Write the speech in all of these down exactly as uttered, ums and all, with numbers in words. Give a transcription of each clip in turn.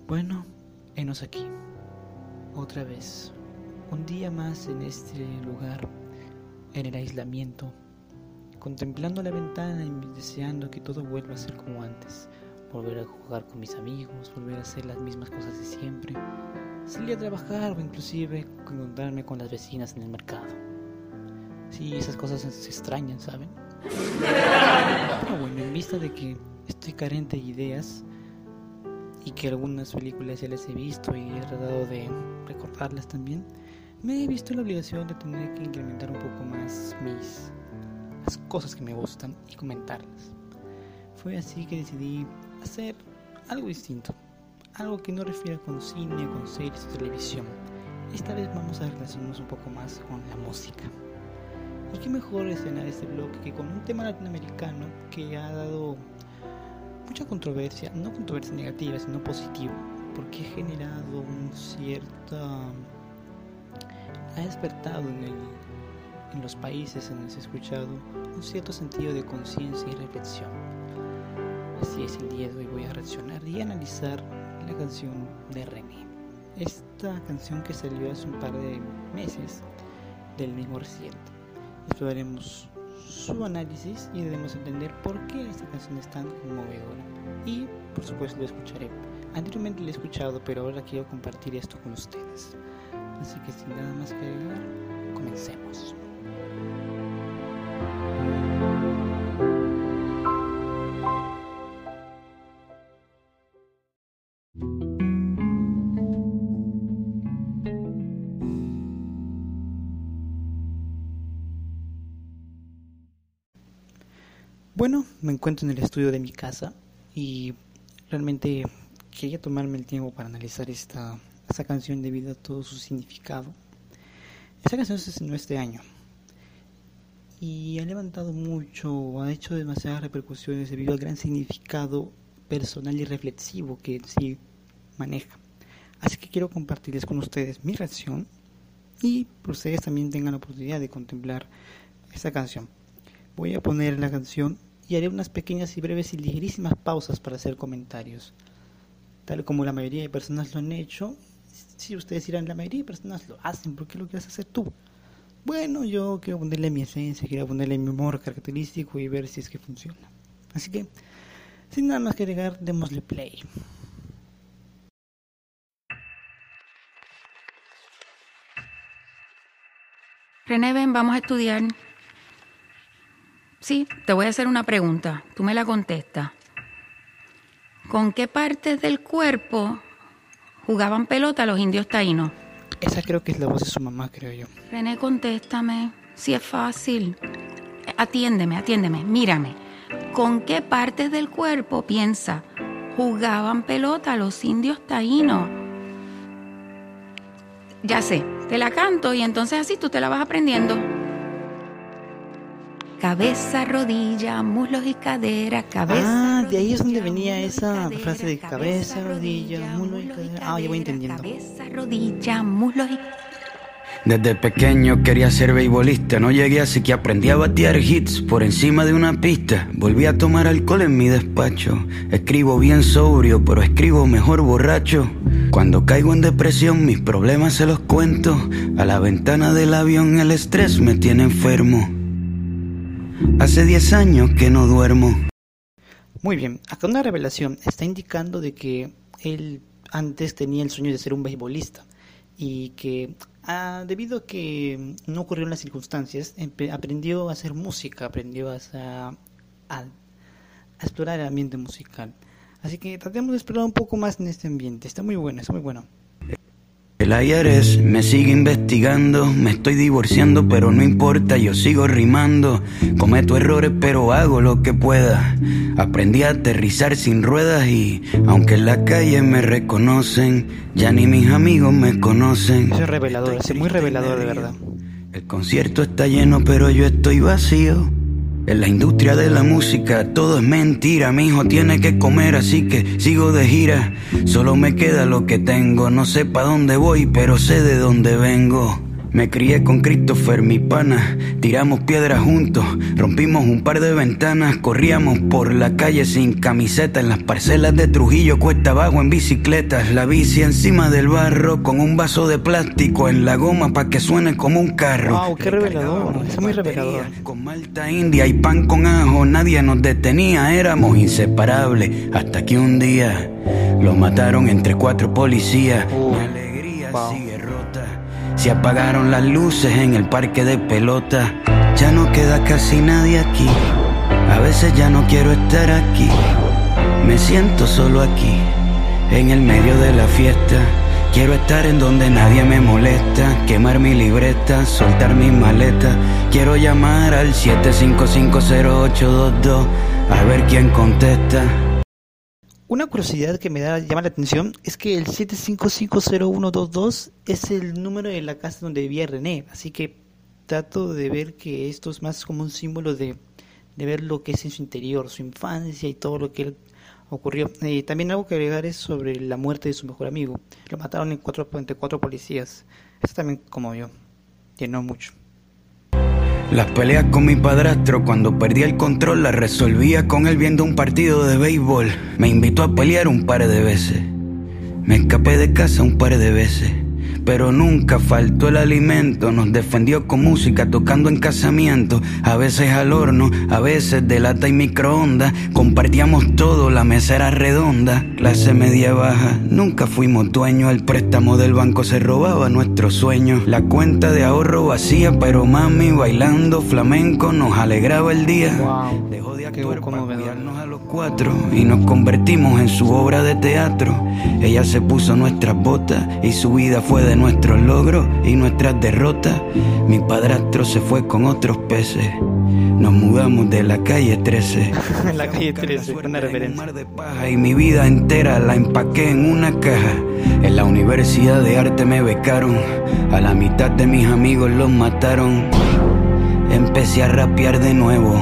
Bueno, henos aquí, otra vez, un día más en este lugar, en el aislamiento, contemplando la ventana y deseando que todo vuelva a ser como antes, volver a jugar con mis amigos, volver a hacer las mismas cosas de siempre, salir a trabajar o inclusive encontrarme con las vecinas en el mercado. Sí, esas cosas se extrañan, ¿saben? Pero bueno, en vista de que estoy carente de ideas y que algunas películas ya las he visto y he tratado de recordarlas también, me he visto la obligación de tener que incrementar un poco más mis las cosas que me gustan y comentarlas. Fue así que decidí hacer algo distinto, algo que no refiera con cine, con series o televisión. Esta vez vamos a relacionarnos un poco más con la música. Y qué mejor escenar este bloque que con un tema latinoamericano que ha dado mucha controversia, no controversia negativa, sino positiva, porque ha generado un cierta... ha despertado en, el, en los países en los que he escuchado un cierto sentido de conciencia y reflexión. Así es, el día de hoy voy a reaccionar y analizar la canción de René. Esta canción que salió hace un par de meses del mismo Residente. Exploraremos su análisis y debemos entender por qué esta canción es tan conmovedora. Y por supuesto lo escucharé. Anteriormente lo he escuchado, pero ahora quiero compartir esto con ustedes. Así que sin nada más que agregar, comencemos. Bueno, me encuentro en el estudio de mi casa y realmente quería tomarme el tiempo para analizar esta, esta canción debido a todo su significado. Esta canción se estrenó este año y ha levantado mucho, ha hecho demasiadas repercusiones debido al gran significado personal y reflexivo que en sí maneja. Así que quiero compartirles con ustedes mi reacción y que ustedes también tengan la oportunidad de contemplar esta canción. Voy a poner la canción y haré unas pequeñas y breves y ligerísimas pausas para hacer comentarios. Tal como la mayoría de personas lo han hecho, si ustedes dirán, la mayoría de personas lo hacen, ¿por qué lo quieres hacer tú? Bueno, yo quiero ponerle mi esencia, quiero ponerle mi humor característico y ver si es que funciona. Así que, sin nada más que agregar, démosle play. René, ven, vamos a estudiar. Sí, te voy a hacer una pregunta. Tú me la contestas. ¿Con qué partes del cuerpo jugaban pelota los indios taínos? Esa creo que es la voz de su mamá, creo yo. René, contéstame. Si es fácil. Atiéndeme, atiéndeme, mírame. ¿Con qué partes del cuerpo, piensa, jugaban pelota los indios taínos? Ya sé, te la canto y entonces así tú te la vas aprendiendo. Cabeza, rodilla, muslos y cadera, cabeza. Ah, de ahí es donde rodilla, venía esa cadera, frase de cabeza, rodilla, muslos y cadera. Ah, ya voy entendiendo. Cabeza, rodilla, muslos y... Desde pequeño quería ser beisbolista, no llegué así que aprendí a batear hits por encima de una pista. Volví a tomar alcohol en mi despacho, escribo bien sobrio, pero escribo mejor borracho. Cuando caigo en depresión mis problemas se los cuento, a la ventana del avión el estrés me tiene enfermo. Hace diez años que no duermo. Muy bien, acá una revelación está indicando de que él antes tenía el sueño de ser un beisbolista y que ah, debido a que no ocurrieron las circunstancias, empe- aprendió a hacer música, aprendió a, a, a explorar el ambiente musical. Así que tratemos de explorar un poco más en este ambiente. Está muy bueno, está muy bueno. El I R S me sigue investigando, me estoy divorciando pero no importa, yo sigo rimando. Cometo errores pero hago lo que pueda. Aprendí a aterrizar sin ruedas y aunque en la calle me reconocen, ya ni mis amigos me conocen. Eso es revelador, es muy revelador de verdad. El concierto está lleno pero yo estoy vacío. En la industria de la música todo es mentira, mi hijo tiene que comer así que sigo de gira. Solo me queda lo que tengo, no sé pa' dónde voy pero sé de dónde vengo. Me crié con Christopher, mi pana. Tiramos piedras juntos, rompimos un par de ventanas. Corríamos por la calle sin camiseta, en las parcelas de Trujillo, cuesta abajo en bicicletas. La bici encima del barro, con un vaso de plástico en la goma pa' que suene como un carro. Wow, qué revelador, es muy revelador. Con malta india y pan con ajo, nadie nos detenía, éramos inseparables. Hasta que un día lo mataron entre cuatro policías. Uh, Mi alegría wow. sigue rota. Se apagaron las luces en el parque de pelota. Ya no queda casi nadie aquí. A veces ya no quiero estar aquí. Me siento solo aquí, en el medio de la fiesta. Quiero estar en donde nadie me molesta. Quemar mi libreta, soltar mis maletas. Quiero llamar al siete cinco cinco cero ocho dos dos a ver quién contesta. Una curiosidad que me da, llama la atención es que el siete cinco cinco cero uno dos dos es el número de la casa donde vivía René, así que trato de ver que esto es más como un símbolo de, de ver lo que es en su interior, su infancia y todo lo que él ocurrió. Eh, también algo que agregar es sobre la muerte de su mejor amigo. Lo mataron en cuatro, entre cuatro policías. Esto también conmovió, llenó mucho. Las peleas con mi padrastro, cuando perdía el control, las resolvía con él viendo un partido de béisbol. Me invitó a pelear un par de veces. Me escapé de casa un par de veces. Pero nunca faltó el alimento. Nos defendió con música, tocando en casamientos. A veces al horno, a veces de lata y microondas. Compartíamos todo, la mesa era redonda. Clase media baja, nunca fuimos dueños. El préstamo del banco se robaba nuestros sueños. La cuenta de ahorro vacía, pero mami bailando flamenco nos alegraba el día. Wow. Dejó de actuar para cuidarnos a los cuatro y nos convertimos en su obra de teatro. Ella se puso nuestras botas y su vida fue de nuestros logros y nuestras derrotas. Mi padrastro se fue con otros peces. Nos mudamos de la calle trece. La calle trece, una referencia. Un mar de paja y mi vida entera la empaqué en una caja. En la Universidad de Arte me becaron. A la mitad de mis amigos los mataron. Empecé a rapear de nuevo.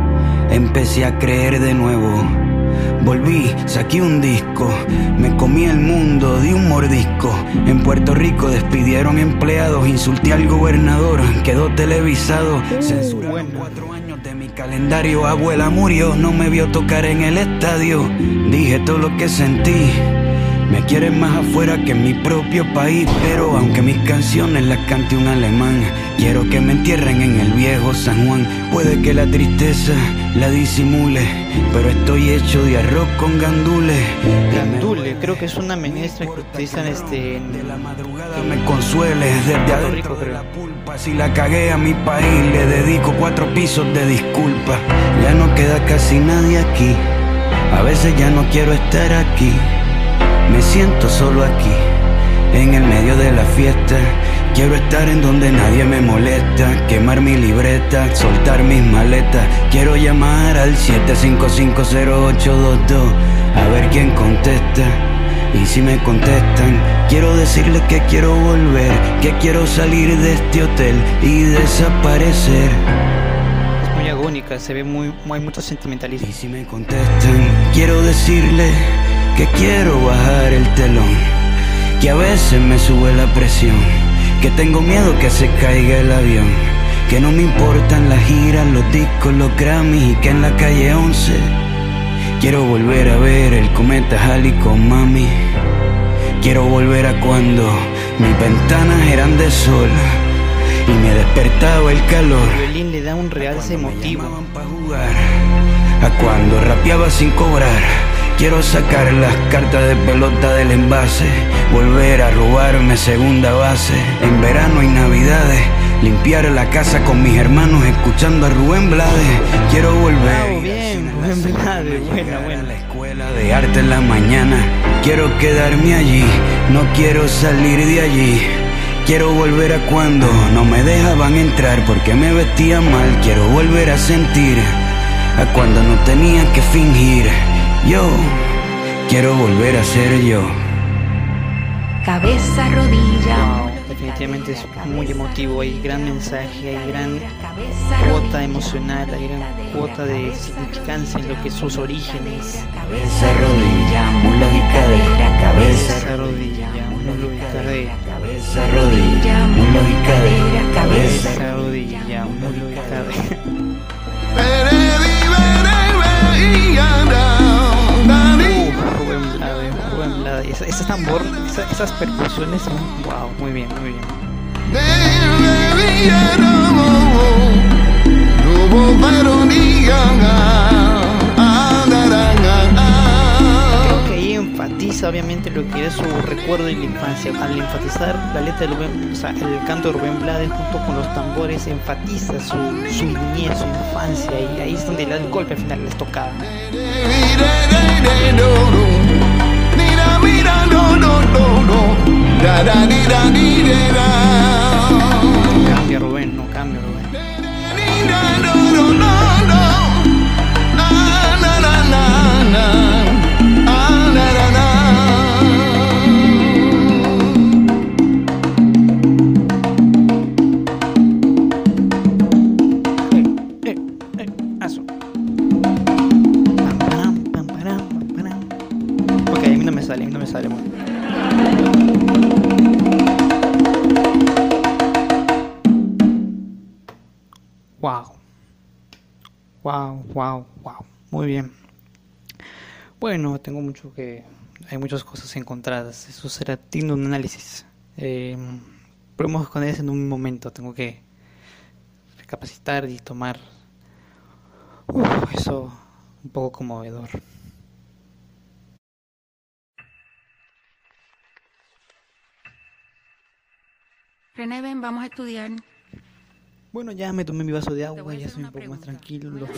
Empecé a creer de nuevo. Volví, saqué un disco, me comí el mundo de un mordisco. En Puerto Rico despidieron empleados, insulté al gobernador, quedó televisado. Censuraron bueno. cuatro años de mi calendario, abuela murió, no me vio tocar en el estadio. Dije todo lo que sentí, me quieren más afuera que en mi propio país. Pero aunque mis canciones las cante un alemán, quiero que me entierren en el viejo San Juan. Puede que la tristeza la disimule, pero estoy hecho de arroz con gandules. Gandule, creo que es una menestra que utilizan este en de la madrugada me consuele desde adentro Rico, de creo. la pulpa. Si la cagué a mi país le dedico cuatro pisos de disculpa. Ya no queda casi nadie aquí, a veces ya no quiero estar aquí. Me siento solo aquí, en el medio de la fiesta. Quiero estar en donde nadie me molesta. Quemar mi libreta, soltar mis maletas. Quiero llamar al siete cinco cinco cero ocho dos dos a ver quién contesta. Y si me contestan, quiero decirles que quiero volver, que quiero salir de este hotel y desaparecer. es muy agónica, se ve muy, muy hay mucho sentimentalismo. Y si me contestan, quiero decirles que quiero bajar el telón, que a veces me sube la presión, que tengo miedo que se caiga el avión, que no me importan las giras, los discos, los Grammys y que en la calle once quiero volver a ver el cometa Halley con mami. Quiero volver a cuando mis ventanas eran de sol y me despertaba el calor. El violín le da un realce emotivo. Pa' jugar, a cuando rapeaba sin cobrar. Quiero sacar las cartas de pelota del envase, volver a robarme segunda base. En verano y navidades, limpiar la casa con mis hermanos escuchando a Rubén Blades. Quiero volver Oh, bien, Rubén Blades, buena, buena. a la escuela de arte en la mañana. Quiero quedarme allí, no quiero salir de allí. Quiero volver a cuando no me dejaban entrar porque me vestía mal. Quiero volver a sentir a cuando no tenía que fingir. Yo quiero volver a ser yo. Cabeza, rodilla, Wow, definitivamente es muy emotivo, hay gran mensaje, hay gran cuota emocional, hay gran cuota de significancia en lo que sus orígenes. Cabeza, rodilla, mulo y cadera, Cabeza, rodilla, mulo y cadera. cabeza, rodilla, mulo y cadera, cabeza. Cabeza, rodilla, mulo y cadera. Uh, Rubén Blades, Rubén Blades. Ese tambor, esa, esas percusiones son wow, muy bien, muy bien. Creo que ahí enfatiza obviamente lo que es su recuerdo de la infancia. Al enfatizar la letra de Rubén, o sea, el canto de Rubén Blades junto con los tambores enfatiza su, su niñez, su infancia, y ahí es donde le da el golpe al final, la estocada. Cambia Rubén, no cambia Rubén. Eh, eh, eh, aso. Pam, param, pam, param, pam, param. Ok, a mí no me sale, a mí no me sale. Bueno. Wow. Wow, wow, wow. Muy bien. Bueno, tengo mucho que... Hay muchas cosas encontradas. Eso será digno de un análisis. Eh, probemos con eso en un momento. Tengo que recapacitar y tomar... Uf, eso un poco conmovedor. René, ven, vamos a estudiar. Bueno, ya me tomé mi vaso de agua, ya soy un poco más tranquilo. Los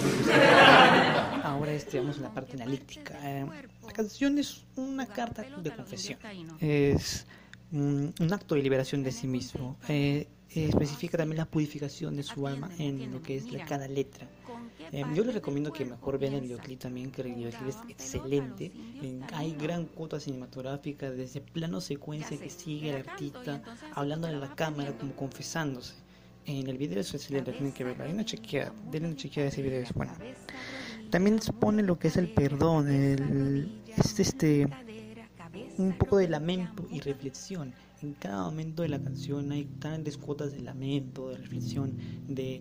Ahora este, vamos a la parte analítica. Eh, la canción es una carta de confesión. Es un, un acto de liberación de sí mismo. Eh, especifica también la purificación de su alma en lo que es la, cada letra. Eh, yo les recomiendo que mejor vean el videoclip también, que el videoclip es excelente. Eh, hay gran cuota cinematográfica, desde plano secuencia que sigue al artista hablando a la cámara como confesándose. En el video es excelente, tienen que verlo. Hay una chequeada, denle una chequeada a ese video, es bueno. También expone lo que es el perdón, el, es este un poco de lamento y reflexión. En cada momento de la canción hay grandes cuotas de lamento, de reflexión, de,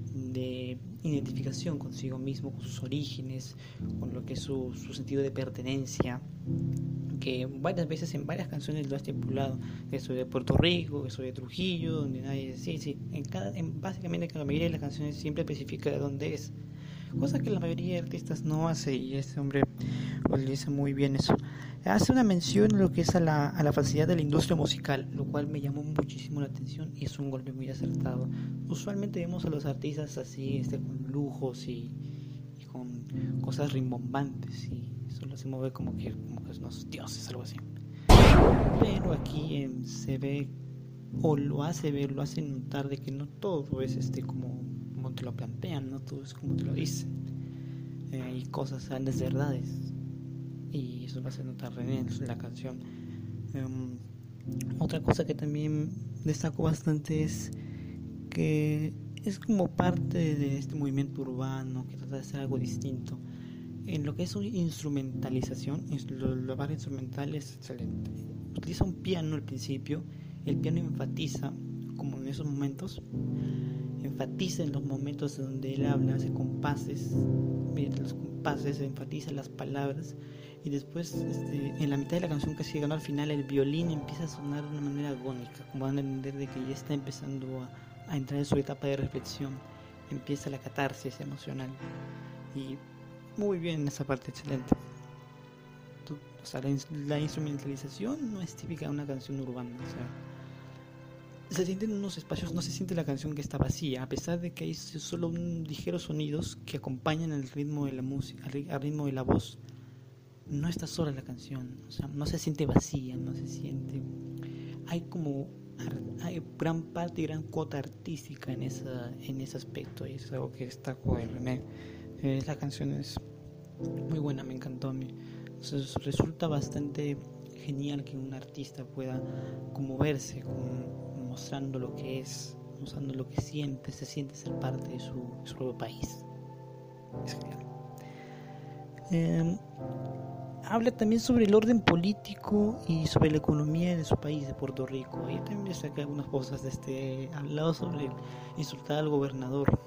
de identificación consigo mismo, con sus orígenes, con lo que es su, su sentido de pertenencia, que varias veces en varias canciones lo ha estipulado, que soy de Puerto Rico, que soy de Trujillo, donde nadie, sí, sí, en cada, en básicamente en la mayoría de las canciones siempre especifica de dónde es, cosa que la mayoría de artistas no hace, y este hombre lo dice muy bien eso. Hace una mención a lo que es a la, a la facilidad de la industria musical, lo cual me llamó muchísimo la atención y es un golpe muy acertado. Usualmente vemos a los artistas así, este, con lujos y, y con cosas rimbombantes, y eso lo hace mover como que, como que unos dioses, algo así. Pero aquí eh, se ve, o lo hace ver, lo hace notar de que no todo es este como, como te lo plantean, no todo es como te lo dicen. Eh, hay cosas, grandes verdades. Y eso lo hace notar René en la canción. Um, otra cosa que también destaco bastante es que es como parte de este movimiento urbano que trata de hacer algo distinto. En lo que es su instrumentalización, la parte instrumental es excelente. Utiliza un piano al principio, el piano enfatiza, como en esos momentos, enfatiza en los momentos donde él habla, hace compases, mediante los compases enfatiza las palabras. Y después, este, en la mitad de la canción, casi llegando al final, el violín empieza a sonar de una manera agónica, como van a entender de que ya está empezando a, a entrar en su etapa de reflexión. Empieza la catarsis emocional. Y muy bien esa parte, excelente. Tú, o sea, la, la instrumentalización no es típica de una canción urbana. O sea, se sienten unos espacios, no se siente la canción que está vacía, a pesar de que hay solo un ligeros sonidos que acompañan el ritmo de la música, al ritmo de la voz. No está sola la canción, o sea, no se siente vacía, no se siente... Hay como... Hay gran parte y gran cuota artística en, esa, en ese aspecto, y es algo que destaco de René. Eh, la canción es muy buena, me encantó a mí. Entonces, resulta bastante genial que un artista pueda conmoverse con mostrando lo que es, mostrando lo que siente, se siente ser parte de su, su propio país. Es claro. Eh, habla también sobre el orden político y sobre la economía de su país, de Puerto Rico. Y también destaca algunas cosas de este, hablado sobre insultar al gobernador.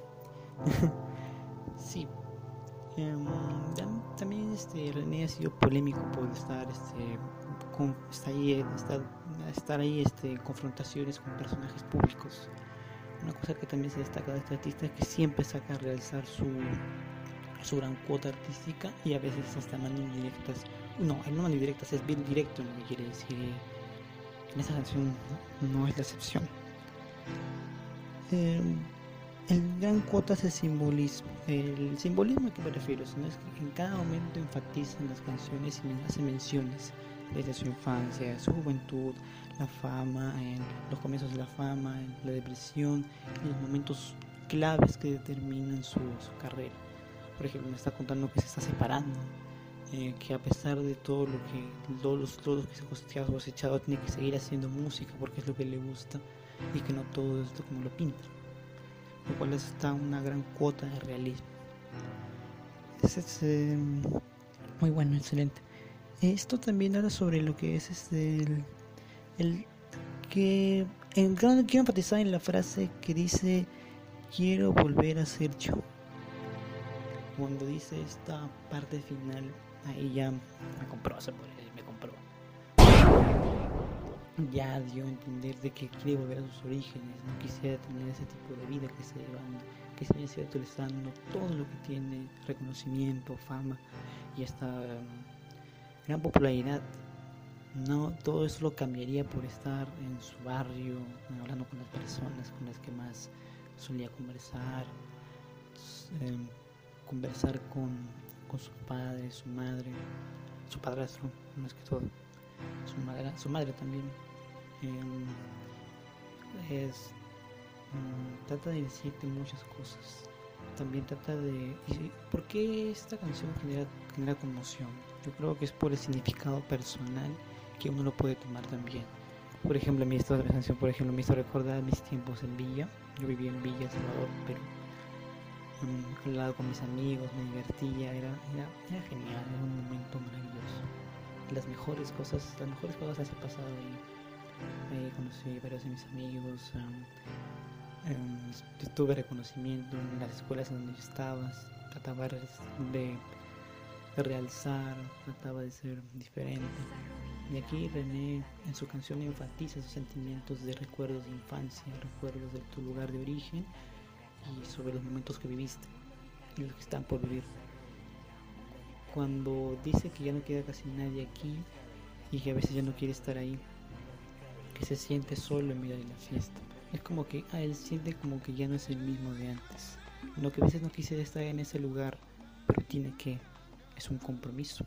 Sí. Eh, también este, René ha sido polémico por estar, este, con, estar ahí, estar, estar ahí este, en confrontaciones con personajes públicos. Una cosa que también se destaca de este artista es que siempre saca a realzar su su gran cuota artística y a veces hasta manos indirectas. No, en no manos indirectas, es bien directo lo que quiere decir. En esa canción no es la excepción. Eh, el gran cuota es el simbolismo. El simbolismo a que me refiero, ¿no? Es que en cada momento enfatizan las canciones y hace menciones desde su infancia, su juventud, la fama, en los comienzos de la fama, en la depresión, en los momentos claves que determinan su, su carrera. Por ejemplo, me está contando que se está separando, eh, que a pesar de todo lo que todos los logros que se ha cosechado, tiene que seguir haciendo música porque es lo que le gusta y que no todo esto como lo pinta, lo cual está una gran cuota de realismo. Es, es eh, muy bueno, excelente. Esto también habla sobre lo que es este, el, el que en, quiero enfatizar en la frase que dice quiero volver a ser yo. Cuando dice esta parte final, ahí ya me compró, se puede decir, me compró. Ya dio a entender de que quiere volver a sus orígenes, no quisiera tener ese tipo de vida que se llevan, que se sigue utilizando todo lo que tiene, reconocimiento, fama y esta um, gran popularidad. No, todo eso lo cambiaría por estar en su barrio, hablando con las personas con las que más solía conversar. Eh, conversar con, con su padre, su madre, su padrastro, más que todo, su madre, su madre también. Eh, es um, trata de decirte muchas cosas. También trata de... Y, ¿por qué esta canción genera, genera conmoción? Yo creo que es por el significado personal que uno lo puede tomar también. Por ejemplo, a mí esta canción, por ejemplo, me hizo recordar mis tiempos en Villa. Yo vivía en Villa, Salvador, Perú. Al lado con mis amigos, me divertía, era, era, era genial, era un momento maravilloso. Las mejores cosas, las mejores cosas las he pasado ahí. Ahí conocí a varios de mis amigos, um, um, tuve reconocimiento en las escuelas en donde yo estaba, trataba de, de realzar, trataba de ser diferente. Y aquí René en su canción enfatiza sus sentimientos de recuerdos de infancia, recuerdos de tu lugar de origen y sobre los momentos que viviste y los que están por vivir. Cuando dice que ya no queda casi nadie aquí y que a veces ya no quiere estar ahí, que se siente solo en medio de la fiesta, es como que ah, él siente como que ya no es el mismo de antes, lo que a veces no quisiera estar en ese lugar, pero tiene que, es un compromiso.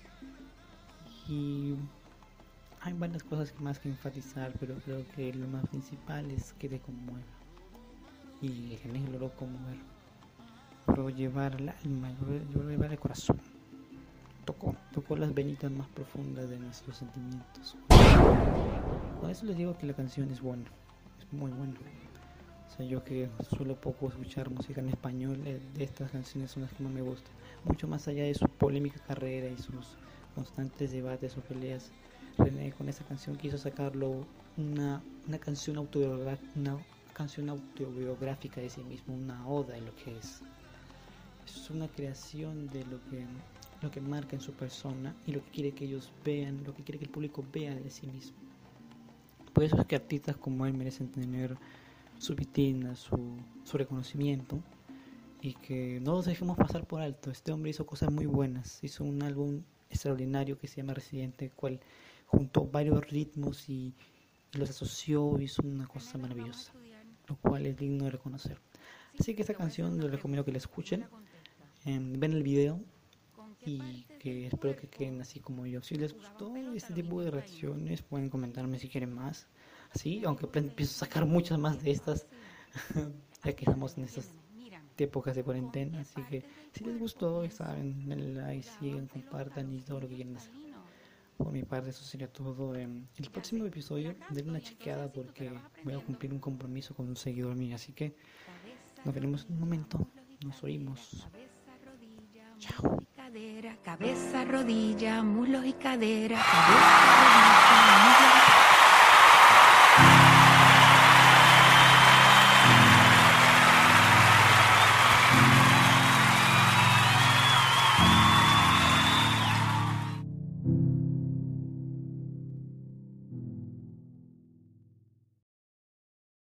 Y hay varias cosas más que enfatizar, pero creo que lo más principal es que te conmueva. Y René logró conmover, logró llevar al alma, logró llevar al corazón. Tocó, tocó las venitas más profundas de nuestros sentimientos. Por eso les digo que la canción es buena, es muy buena. O sea, yo que suelo poco escuchar música en español, de estas canciones son las que más me gustan. Mucho más allá de su polémica carrera y sus constantes debates o peleas, René con esta canción quiso sacarlo una, una canción autobiográfica, una canción autobiográfica de sí mismo, una oda de lo que es. Es una creación de lo que, lo que marca en su persona y lo que quiere que ellos vean, lo que quiere que el público vea de sí mismo. Por eso es que artistas como él merecen tener su vitrina, su, su reconocimiento, y que no los dejemos pasar por alto. Este hombre hizo cosas muy buenas, hizo un álbum extraordinario que se llama Residente, el cual juntó varios ritmos y, y los asoció, hizo una cosa maravillosa, lo cual es digno de reconocer. Así que esta canción les recomiendo que la escuchen, eh, ven el video y que espero que queden así como yo. Si les gustó este tipo de reacciones, pueden comentarme si quieren más. Así, aunque empiezo a sacar muchas más de estas, ya que estamos en estas épocas de cuarentena. Así que si les gustó, saben, denle like, sigan, compartan y todo lo que quieran hacer. Por mi parte eso sería todo. En el próximo episodio denle una chequeada porque voy a cumplir un compromiso con un seguidor mío. Así que nos veremos en un momento. Nos oímos. Chao. Cabeza, rodilla, muslos y cadera, cabeza, rodilla, muslos y cadera.